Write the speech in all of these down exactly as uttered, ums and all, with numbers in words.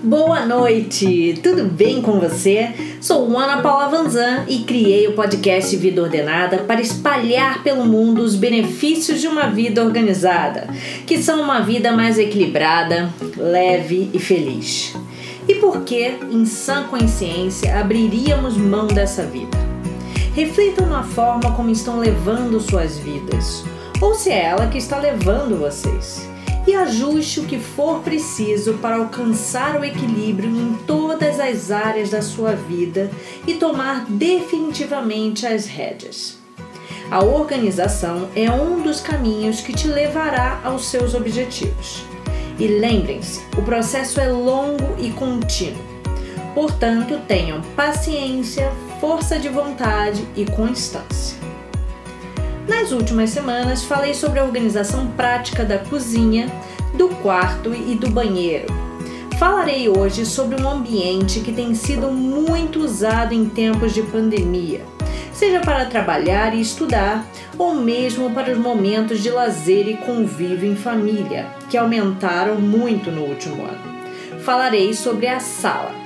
Boa noite, tudo bem com você? Sou Ana Paula Vanzan e criei o podcast Vida Ordenada para espalhar pelo mundo os benefícios de uma vida organizada, que são uma vida mais equilibrada, leve e feliz. E por que, em sã consciência, abriríamos mão dessa vida? Reflitam na forma como estão levando suas vidas, ou se é ela que está levando vocês. E ajuste o que for preciso para alcançar o equilíbrio em todas as áreas da sua vida e tomar definitivamente as rédeas. A organização é um dos caminhos que te levará aos seus objetivos. E lembrem-se, o processo é longo e contínuo. Portanto, tenham paciência, força de vontade e constância. Nas últimas semanas, falei sobre a organização prática da cozinha, do quarto e do banheiro. Falarei hoje sobre um ambiente que tem sido muito usado em tempos de pandemia, seja para trabalhar e estudar, ou mesmo para os momentos de lazer e convívio em família, que aumentaram muito no último ano. Falarei sobre a sala.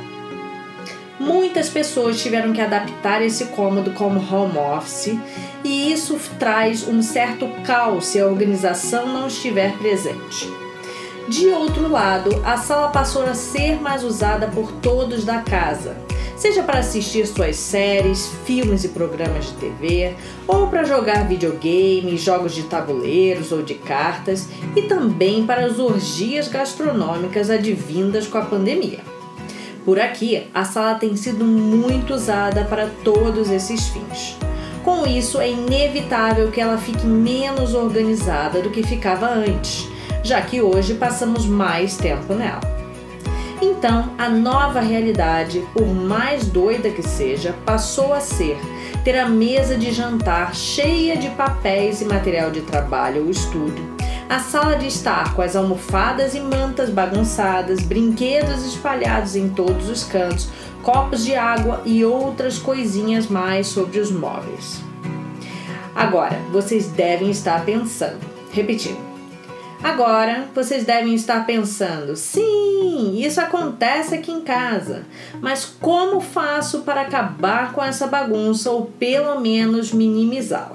Muitas pessoas tiveram que adaptar esse cômodo como home office e isso traz um certo caos se a organização não estiver presente. De outro lado, a sala passou a ser mais usada por todos da casa, seja para assistir suas séries, filmes e programas de T V, ou para jogar videogame, jogos de tabuleiros ou de cartas, e também para as orgias gastronômicas advindas com a pandemia. Por aqui, a sala tem sido muito usada para todos esses fins. Com isso, é inevitável que ela fique menos organizada do que ficava antes, já que hoje passamos mais tempo nela. Então, a nova realidade, por mais doida que seja, passou a ser ter a mesa de jantar cheia de papéis e material de trabalho ou estudo, a sala de estar com as almofadas e mantas bagunçadas, brinquedos espalhados em todos os cantos, copos de água e outras coisinhas mais sobre os móveis. Agora, vocês devem estar pensando, repetindo, agora vocês devem estar pensando, sim, isso acontece aqui em casa, mas como faço para acabar com essa bagunça ou pelo menos minimizá-la?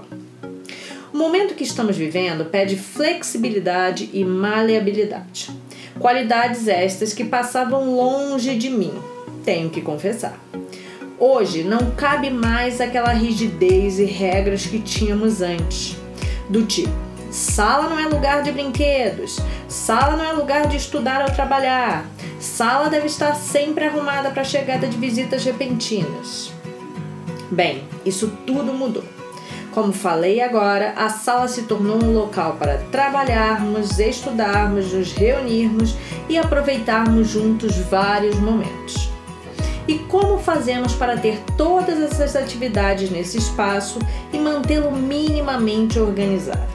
O momento que estamos vivendo pede flexibilidade e maleabilidade. Qualidades estas que passavam longe de mim, tenho que confessar. Hoje não cabe mais aquela rigidez e regras que tínhamos antes, do tipo, sala não é lugar de brinquedos, sala não é lugar de estudar ou trabalhar, sala deve estar sempre arrumada para a chegada de visitas repentinas. Bem, isso tudo mudou. Como falei agora, a sala se tornou um local para trabalharmos, estudarmos, nos reunirmos e aproveitarmos juntos vários momentos. E como fazemos para ter todas essas atividades nesse espaço e mantê-lo minimamente organizado?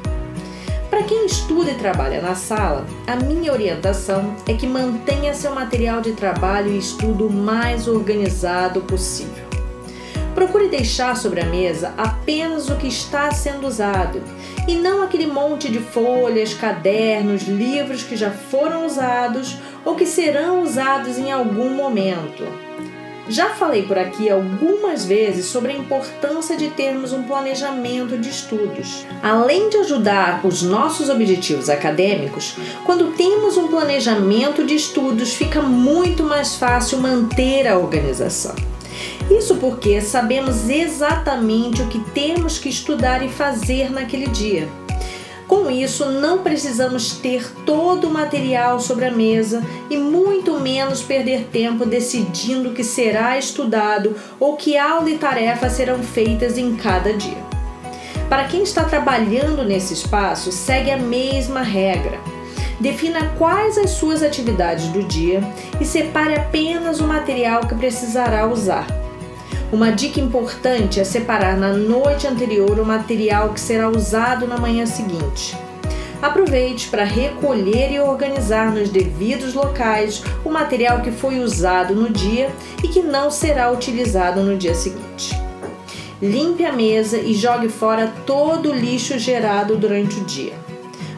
Para quem estuda e trabalha na sala, a minha orientação é que mantenha seu material de trabalho e estudo o mais organizado possível. Procure deixar sobre a mesa apenas o que está sendo usado e não aquele monte de folhas, cadernos, livros que já foram usados ou que serão usados em algum momento. Já falei por aqui algumas vezes sobre a importância de termos um planejamento de estudos. Além de ajudar os nossos objetivos acadêmicos, quando temos um planejamento de estudos, fica muito mais fácil manter a organização. Isso porque sabemos exatamente o que temos que estudar e fazer naquele dia. Com isso, não precisamos ter todo o material sobre a mesa e muito menos perder tempo decidindo o que será estudado ou que aula e tarefa serão feitas em cada dia. Para quem está trabalhando nesse espaço, segue a mesma regra. Defina quais as suas atividades do dia e separe apenas o material que precisará usar. Uma dica importante é separar na noite anterior o material que será usado na manhã seguinte. Aproveite para recolher e organizar nos devidos locais o material que foi usado no dia e que não será utilizado no dia seguinte. Limpe a mesa e jogue fora todo o lixo gerado durante o dia.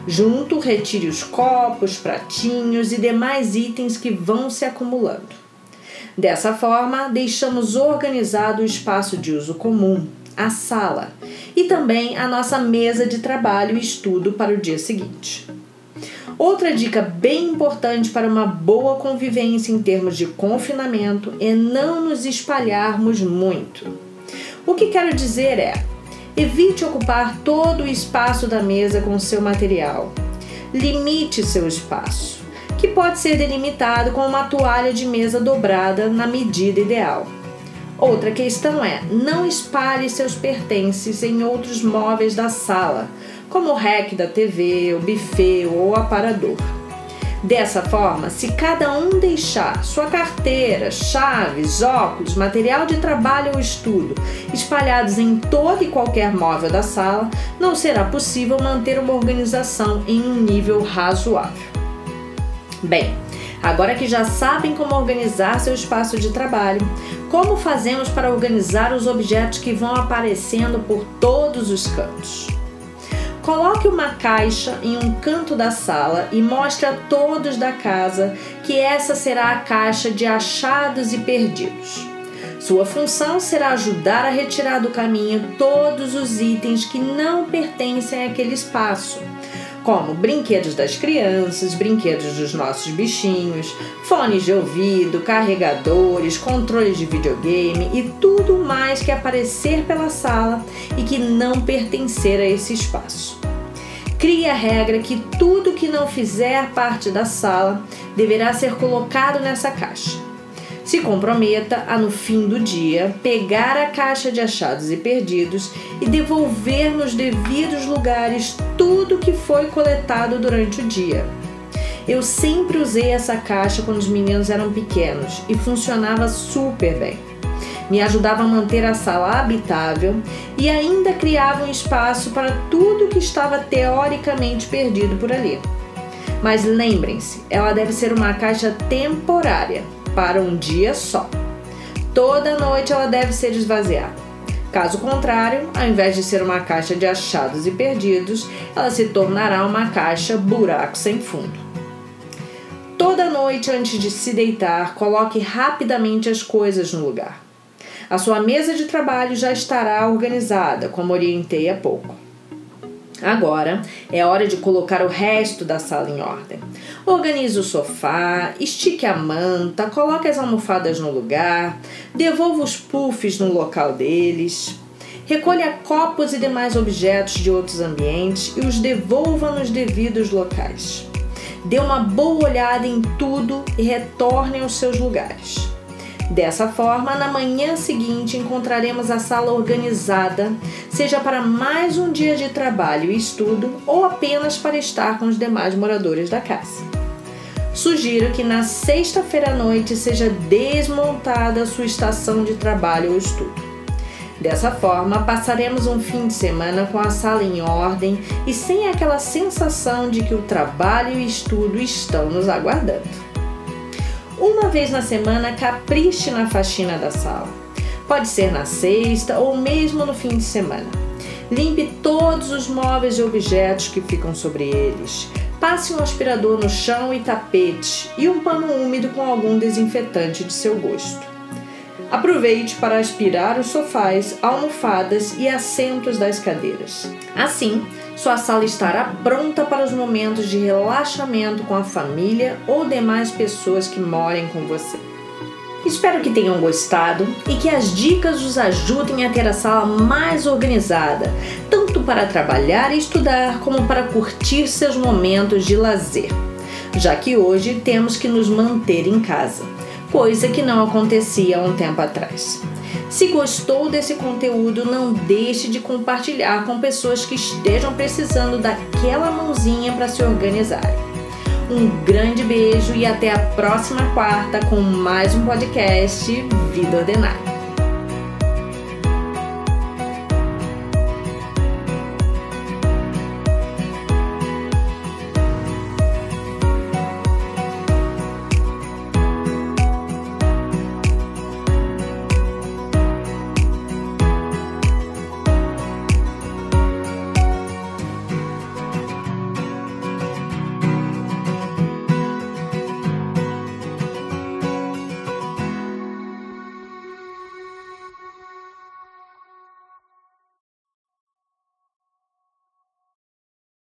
Junto, retire os copos, pratinhos e demais itens que vão se acumulando. Dessa forma, deixamos organizado o espaço de uso comum, a sala, e também a nossa mesa de trabalho e estudo para o dia seguinte. Outra dica bem importante para uma boa convivência em termos de confinamento é não nos espalharmos muito. O que quero dizer é: evite ocupar todo o espaço da mesa com seu material. Limite seu espaço, que pode ser delimitado com uma toalha de mesa dobrada na medida ideal. Outra questão é: não espalhe seus pertences em outros móveis da sala, como o rack da T V, o buffet ou o aparador. Dessa forma, se cada um deixar sua carteira, chaves, óculos, material de trabalho ou estudo espalhados em todo e qualquer móvel da sala, não será possível manter uma organização em um nível razoável. Bem, agora que já sabem como organizar seu espaço de trabalho, como fazemos para organizar os objetos que vão aparecendo por todos os cantos? Coloque uma caixa em um canto da sala e mostre a todos da casa que essa será a caixa de achados e perdidos. Sua função será ajudar a retirar do caminho todos os itens que não pertencem àquele espaço, como brinquedos das crianças, brinquedos dos nossos bichinhos, fones de ouvido, carregadores, controles de videogame e tudo mais que aparecer pela sala e que não pertencer a esse espaço. Crie a regra que tudo que não fizer parte da sala deverá ser colocado nessa caixa. Se comprometa a, no fim do dia, pegar a caixa de achados e perdidos e devolver nos devidos lugares tudo que foi coletado durante o dia. Eu sempre usei essa caixa quando os meninos eram pequenos e funcionava super bem. Me ajudava a manter a sala habitável e ainda criava um espaço para tudo que estava teoricamente perdido por ali. Mas lembrem-se, ela deve ser uma caixa temporária, para um dia só. Toda noite ela deve ser esvaziada. Caso contrário, ao invés de ser uma caixa de achados e perdidos, ela se tornará uma caixa buraco sem fundo. Toda noite, antes de se deitar, coloque rapidamente as coisas no lugar. A sua mesa de trabalho já estará organizada, como orientei há pouco. Agora é hora de colocar o resto da sala em ordem. Organize o sofá, estique a manta, coloque as almofadas no lugar, devolva os puffs no local deles, recolha copos e demais objetos de outros ambientes e os devolva nos devidos locais. Dê uma boa olhada em tudo e retorne aos seus lugares. Dessa forma, na manhã seguinte encontraremos a sala organizada, seja para mais um dia de trabalho e estudo ou apenas para estar com os demais moradores da casa. Sugiro que na sexta-feira à noite seja desmontada a sua estação de trabalho ou estudo. Dessa forma, passaremos um fim de semana com a sala em ordem e sem aquela sensação de que o trabalho e estudo estão nos aguardando. Uma vez na semana, capriche na faxina da sala. Pode ser na sexta ou mesmo no fim de semana. Limpe todos os móveis e objetos que ficam sobre eles. Passe um aspirador no chão e tapete e um pano úmido com algum desinfetante de seu gosto. Aproveite para aspirar os sofás, almofadas e assentos das cadeiras. Assim, sua sala estará pronta para os momentos de relaxamento com a família ou demais pessoas que morem com você. Espero que tenham gostado e que as dicas os ajudem a ter a sala mais organizada, tanto para trabalhar e estudar como para curtir seus momentos de lazer, já que hoje temos que nos manter em casa, coisa que não acontecia há um tempo atrás. Se gostou desse conteúdo, não deixe de compartilhar com pessoas que estejam precisando daquela mãozinha para se organizarem. Um grande beijo e até a próxima quarta com mais um podcast Vida Ordenada.